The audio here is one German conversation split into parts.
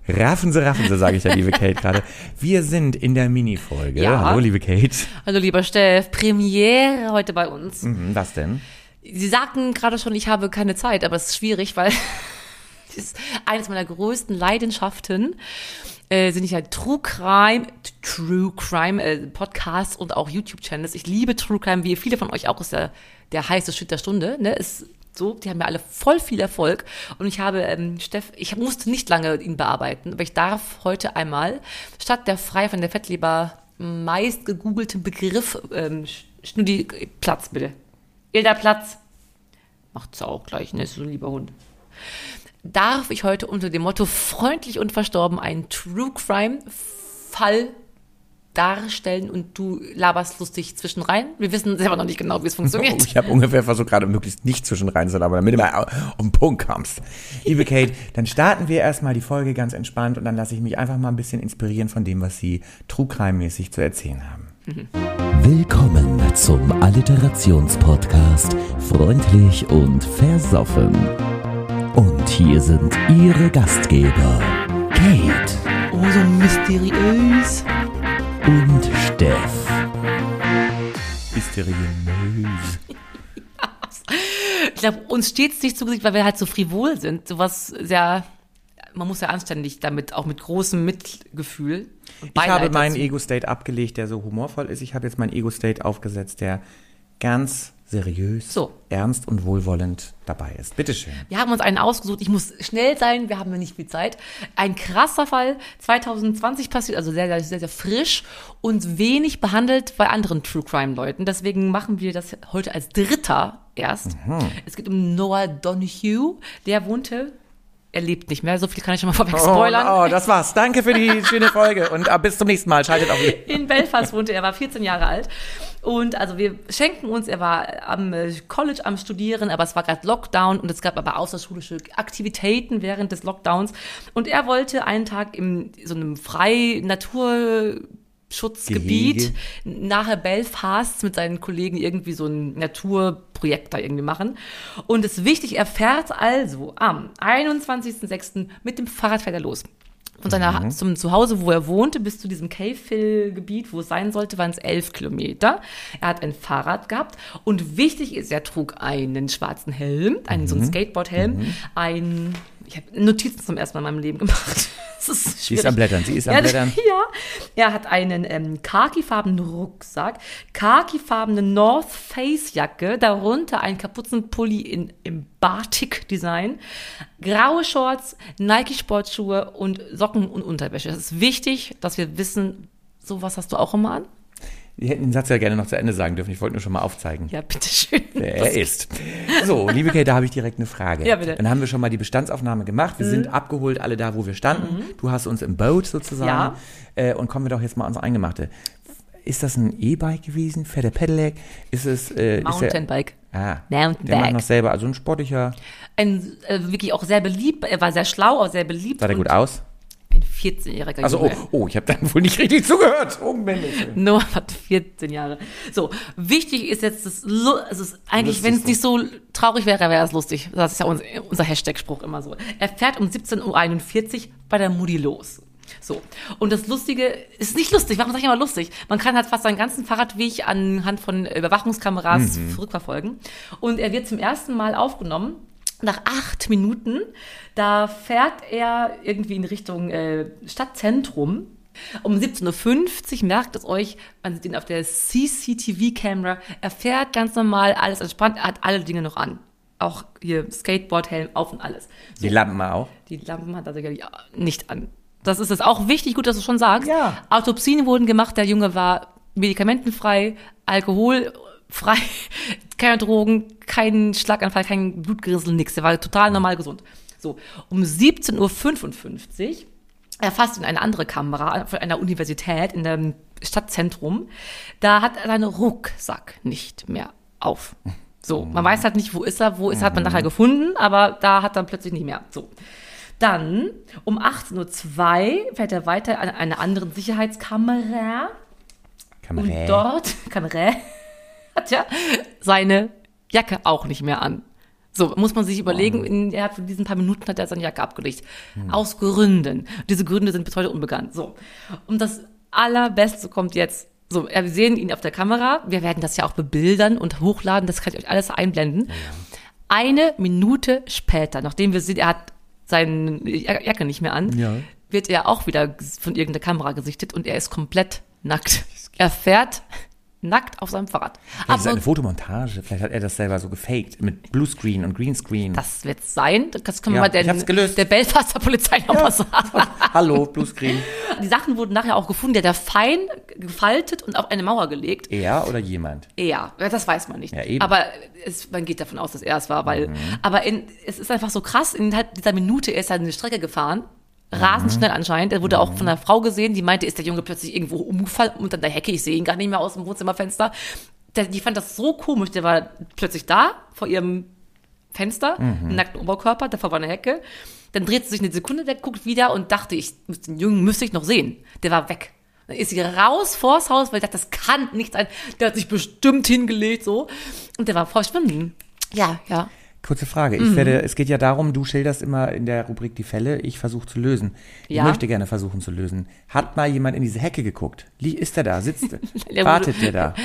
Raffense, sage ich ja, liebe Kate gerade. Wir sind in der Mini-Folge. Ja. Hallo, liebe Kate. Hallo, lieber Steff. Premiere heute bei uns. Was denn? Sie sagten gerade schon, ich habe keine Zeit, aber es ist schwierig, weil das ist eines meiner größten Leidenschaften. Sind nicht halt True Crime Podcasts und auch YouTube-Channels. Ich liebe True Crime, wie viele von euch auch, ist der heiße Shit der Stunde, ne? Ist so, die haben ja alle voll viel Erfolg. Und ich habe, ich musste nicht lange ihn bearbeiten, aber ich darf heute einmal, statt der frei von der Fettleber meist gegoogelten Begriff, Schnudi, Platz bitte. Ilda, Platz. Macht's auch gleich, ne? Ist so ein lieber Hund. Darf ich heute unter dem Motto freundlich und verstorben einen True Crime Fall darstellen und du laberst lustig zwischen rein? Wir wissen selber noch nicht genau, wie es funktioniert. Ich habe ungefähr versucht, gerade möglichst nicht zwischen rein zu labern, damit du mal auf den Punkt kommst. Liebe Kate, dann starten wir erstmal die Folge ganz entspannt und dann lasse ich mich einfach mal ein bisschen inspirieren von dem, was Sie True Crime-mäßig zu erzählen haben. Willkommen zum Alliterationspodcast Freundlich und Versoffen. Und hier sind Ihre Gastgeber, Kate. Oh, so mysteriös. Und Steff. Mysteriös. Ich glaube, uns steht's nicht zu Gesicht, weil wir halt so frivol sind. Sowas sehr, man muss ja anständig damit, auch mit großem Mitgefühl. Ich habe meinen Ego-State abgelegt, der so humorvoll ist. Ich habe jetzt meinen Ego-State aufgesetzt, der ganz seriös, ernst und wohlwollend dabei ist. Bitteschön. Wir haben uns einen ausgesucht. Ich muss schnell sein, wir haben ja nicht viel Zeit. Ein krasser Fall, 2020 passiert, also sehr, sehr, sehr, sehr frisch und wenig behandelt bei anderen True-Crime-Leuten. Deswegen machen wir das heute als Dritter erst. Es geht um Noah Donahue, der wohnte... Er lebt nicht mehr, so viel kann ich schon mal vorweg spoilern. Oh, das war's. Danke für die schöne Folge und bis zum nächsten Mal. Schaltet auf. In Belfast wohnte er, war 14 Jahre alt. Und also wir schenken uns, er war am College am Studieren, aber es war gerade Lockdown und es gab aber außerschulische Aktivitäten während des Und er wollte einen Tag in so einem Schutzgebiet nahe Belfast mit seinen Kollegen irgendwie so ein Naturprojekt da irgendwie machen. Und es ist wichtig, er fährt also am 21.06. mit dem Fahrrad fährt er los. Von seiner zum Zuhause, wo er wohnte, bis zu diesem Cave-Hill-Gebiet, wo es sein sollte, waren es 11 Kilometer. Er hat ein Fahrrad gehabt und wichtig ist, er trug einen schwarzen Helm, so einen Skateboard-Helm, ich habe Notizen zum ersten Mal in meinem Leben gemacht. Sie ist am Blättern. Ja, er hat einen khakifarbenen Rucksack, khakifarbene North Face Jacke, darunter ein Kapuzenpulli im Batik-Design, graue Shorts, Nike-Sportschuhe und Socken und Unterwäsche. Das ist wichtig, dass wir wissen, sowas hast du auch immer an? Wir hätten den Satz ja gerne noch zu Ende sagen dürfen. Ich wollte nur schon mal aufzeigen. Ja, bitteschön. Wer er ist. So, liebe Kate, da habe ich direkt eine Frage. Ja, bitte. Dann haben wir schon mal die Bestandsaufnahme gemacht. Wir sind abgeholt, alle da, wo wir standen. Du hast uns im Boot sozusagen. Ja. Und kommen wir doch jetzt mal ans Eingemachte. Ist das ein E-Bike gewesen? Fährt der Pedelec? Ist es... Mountainbike. Der macht noch selber, also ein sportlicher... Wirklich auch sehr beliebt. Er war sehr schlau, aber sehr beliebt. Sah der gut aus? Ein 14-jähriger Also, ich habe dann wohl nicht richtig zugehört. Oh, Mensch. Noah hat 14 Jahre. So, wichtig ist jetzt, es ist eigentlich, wenn es nicht so traurig wäre, wäre es lustig. Das ist ja unser Hashtag-Spruch immer so. Er fährt um 17.41 Uhr bei der Mutti los. So, und das Lustige ist nicht lustig, warum sage ich immer lustig? Man kann halt fast seinen ganzen Fahrradweg anhand von Überwachungskameras zurückverfolgen. Und er wird zum ersten Mal aufgenommen. Nach 8 Minuten, da fährt er irgendwie in Richtung Stadtzentrum. Um 17.50 Uhr, merkt es euch, man sieht ihn auf der CCTV-Kamera. Er fährt ganz normal, alles entspannt, er hat alle Dinge noch an. Auch hier Skateboard-Helm auf und alles. So. Die Lampen auch? Die Lampen hat er sicherlich nicht an. Das ist es auch wichtig, gut, dass du schon sagst. Ja. Autopsien wurden gemacht, der Junge war medikamentenfrei, alkoholfrei, keine Drogen, kein Schlaganfall, kein Blutgerinnel, nix. Der war total normal gesund. So, um 17.55 Uhr erfasst ihn eine andere Kamera von einer Universität in dem Stadtzentrum. Da hat er seinen Rucksack nicht mehr auf. So, man weiß halt nicht, wo ist er, hat man nachher gefunden, aber da hat er plötzlich nicht mehr. So. Dann um 18.02 Uhr fährt er weiter an einer anderen Sicherheitskamera. Und dort hat er seine Jacke auch nicht mehr an. So, muss man sich überlegen, er hat für diesen paar Minuten hat er seine Jacke abgelegt. Aus Gründen. Diese Gründe sind bis heute unbekannt. So. Und das Allerbeste kommt jetzt. So, wir sehen ihn auf der Kamera. Wir werden das ja auch bebildern und hochladen. Das kann ich euch alles einblenden. Ja. 1 Minute später, nachdem wir sehen, er hat seine Jacke nicht mehr an, wird er auch wieder von irgendeiner Kamera gesichtet und er ist komplett nackt. Er fährt nackt auf seinem Fahrrad. Vielleicht ist es eine Fotomontage, vielleicht hat er das selber so gefaked mit Bluescreen und Greenscreen. Das wird sein. Das können wir mal der Belfaster Polizei nochmal sagen. Hallo, Bluescreen. Die Sachen wurden nachher auch gefunden, der hat fein gefaltet und auf eine Mauer gelegt. Er oder jemand? Er, das weiß man nicht. Ja, eben. Aber man geht davon aus, dass er es war, weil, es ist einfach so krass, in dieser Minute, er ist halt eine Strecke gefahren, rasend schnell anscheinend. Er wurde auch von einer Frau gesehen, die meinte, ist der Junge plötzlich irgendwo umgefallen unter der Hecke, ich sehe ihn gar nicht mehr aus dem Wohnzimmerfenster. Die fand das so komisch, der war plötzlich da, vor ihrem Fenster, nackten Oberkörper, davor war eine Hecke. Dann dreht sie sich eine Sekunde weg, guckt wieder und dachte, den Jungen müsste ich noch sehen. Der war weg. Dann ist sie raus vors Haus, weil ich dachte, das kann nicht sein. Der hat sich bestimmt hingelegt, so. Und der war verschwunden. Ja. Kurze Frage. Es geht ja darum, du schilderst immer in der Rubrik die Fälle, ich versuche zu lösen. Ich möchte gerne versuchen zu lösen. Hat mal jemand in diese Hecke geguckt? Ist er da? Sitzt er? Wartet der da?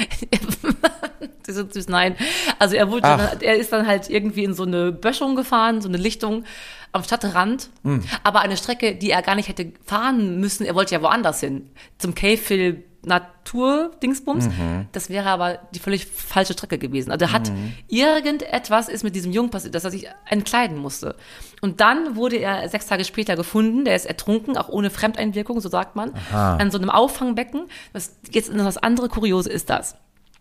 Das ist süß, nein. Also er ist dann halt irgendwie in so eine Böschung gefahren, so eine Lichtung am Stadtrand, aber eine Strecke, die er gar nicht hätte fahren müssen. Er wollte ja woanders hin, zum Cave-Hill Natur-Dingsbums. Das wäre aber die völlig falsche Strecke gewesen. Also irgendetwas ist mit diesem Jungen passiert, dass er sich entkleiden musste. Und dann wurde er 6 Tage später gefunden. Der ist ertrunken, auch ohne Fremdeinwirkung, so sagt man, an so einem Auffangbecken. Das andere Kuriose ist das.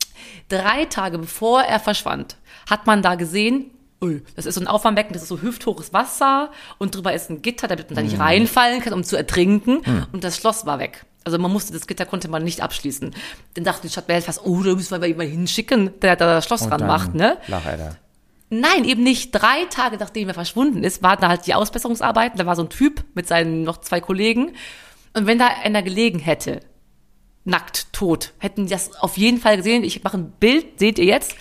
3 Tage bevor er verschwand, hat man da gesehen, das ist so ein Auffangbecken, das ist so hüfthohes Wasser und drüber ist ein Gitter, damit man da nicht reinfallen kann, um zu ertrinken. Und das Schloss war weg. Also das Gitter konnte man nicht abschließen. Dann dachte die Stadt Belfast, da müssen wir mal jemanden hinschicken, der da das Schloss dran macht, ne? Lach er da. Nein, eben nicht. 3 Tage nachdem er verschwunden ist, waren da halt die Ausbesserungsarbeiten. Da war so ein Typ mit seinen noch 2 Kollegen. Und wenn da einer gelegen hätte, nackt, tot, hätten die das auf jeden Fall gesehen. Ich mache ein Bild, seht ihr jetzt?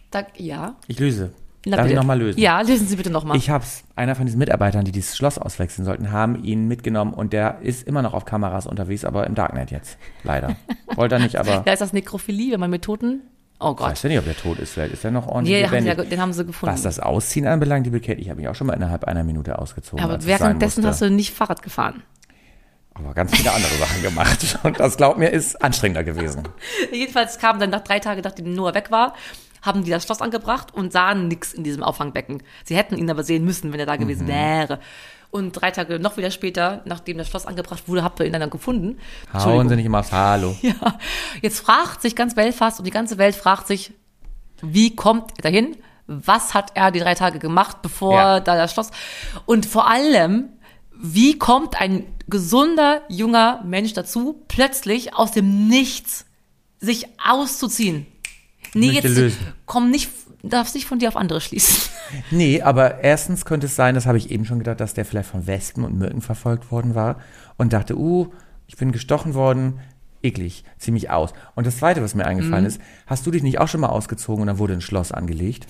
Ich löse. Darf ich nochmal lösen? Ja, lösen Sie bitte nochmal. Ich hab's. Einer von diesen Mitarbeitern, die dieses Schloss auswechseln sollten, haben ihn mitgenommen und der ist immer noch auf Kameras unterwegs, aber im Darknet jetzt. Leider. Wollte er nicht, aber... Da ist das Nekrophilie, wenn man mit Toten... Oh Gott. Ich weiß ja nicht, ob der tot ist. Vielleicht ist er noch ordentlich lebendig. Den haben sie gefunden. Was das Ausziehen anbelangt, liebe Kate, ich habe mich auch schon mal innerhalb einer Minute ausgezogen. Aber währenddessen hast du nicht Fahrrad gefahren. Aber ganz viele andere Sachen gemacht. Und das, glaub mir, ist anstrengender gewesen. Jedenfalls kam dann nach 3 Tagen, nachdem Noah weg war, haben die das Schloss angebracht und sahen nichts in diesem Auffangbecken. Sie hätten ihn aber sehen müssen, wenn er da gewesen wäre. Und 3 Tage noch wieder später, nachdem das Schloss angebracht wurde, habt ihr ihn dann gefunden. Hauen Sie nicht immer aufs Hallo. Ja, jetzt fragt sich ganz Belfast und die ganze Welt fragt sich, wie kommt er dahin? Was hat er die 3 Tage gemacht, bevor da das Schloss... Und vor allem, wie kommt ein gesunder, junger Mensch dazu, plötzlich aus dem Nichts sich auszuziehen? Nee, jetzt darfst nicht von dir auf andere schließen. Nee, aber erstens könnte es sein, das habe ich eben schon gedacht, dass der vielleicht von Wespen und Mücken verfolgt worden war und dachte, ich bin gestochen worden, eklig, zieh mich aus. Und das Zweite, was mir eingefallen ist, hast du dich nicht auch schon mal ausgezogen und dann wurde ein Schloss angelegt?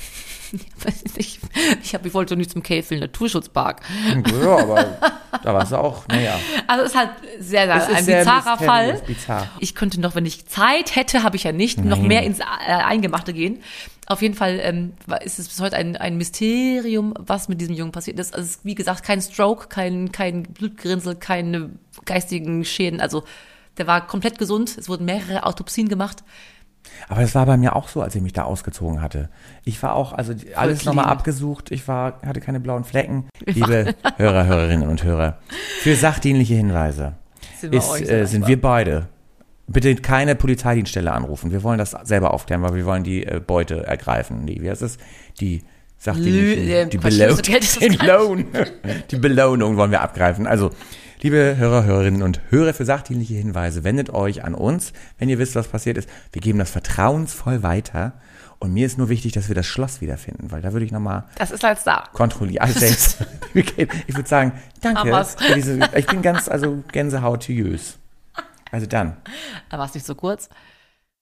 Ich wollte nicht zum Cave-Hill Naturschutzpark. Ja, aber da warst du auch, naja. Also es ist halt ein bizarrer Fall. Bizarr. Ich könnte noch, wenn ich Zeit hätte, habe ich ja nicht, noch mehr ins Eingemachte gehen. Auf jeden Fall ist es bis heute ein Mysterium, was mit diesem Jungen passiert ist. Also es ist, wie gesagt, kein Stroke, kein Blutgerinnsel, keine geistigen Schäden. Also der war komplett gesund. Es wurden mehrere Autopsien gemacht. Aber das war bei mir auch so, als ich mich da ausgezogen hatte. Ich war auch, alles nochmal abgesucht. Hatte keine blauen Flecken. Liebe Hörer, Hörerinnen und Hörer, für sachdienliche Hinweise sind wir beide. Bitte keine Polizeidienststelle anrufen. Wir wollen das selber aufklären, weil wir wollen die Beute ergreifen. Die Belohnung wollen wir abgreifen. Also, liebe Hörer, Hörerinnen und Hörer, für sachdienliche Hinweise, wendet euch an uns, wenn ihr wisst, was passiert ist. Wir geben das vertrauensvoll weiter. Und mir ist nur wichtig, dass wir das Schloss wiederfinden, weil da würde ich nochmal... Das ist als da. Kontrollieren. Ich würde sagen, danke. Ich bin ganz, gänsehautiös. Also dann. Aber war es nicht so kurz?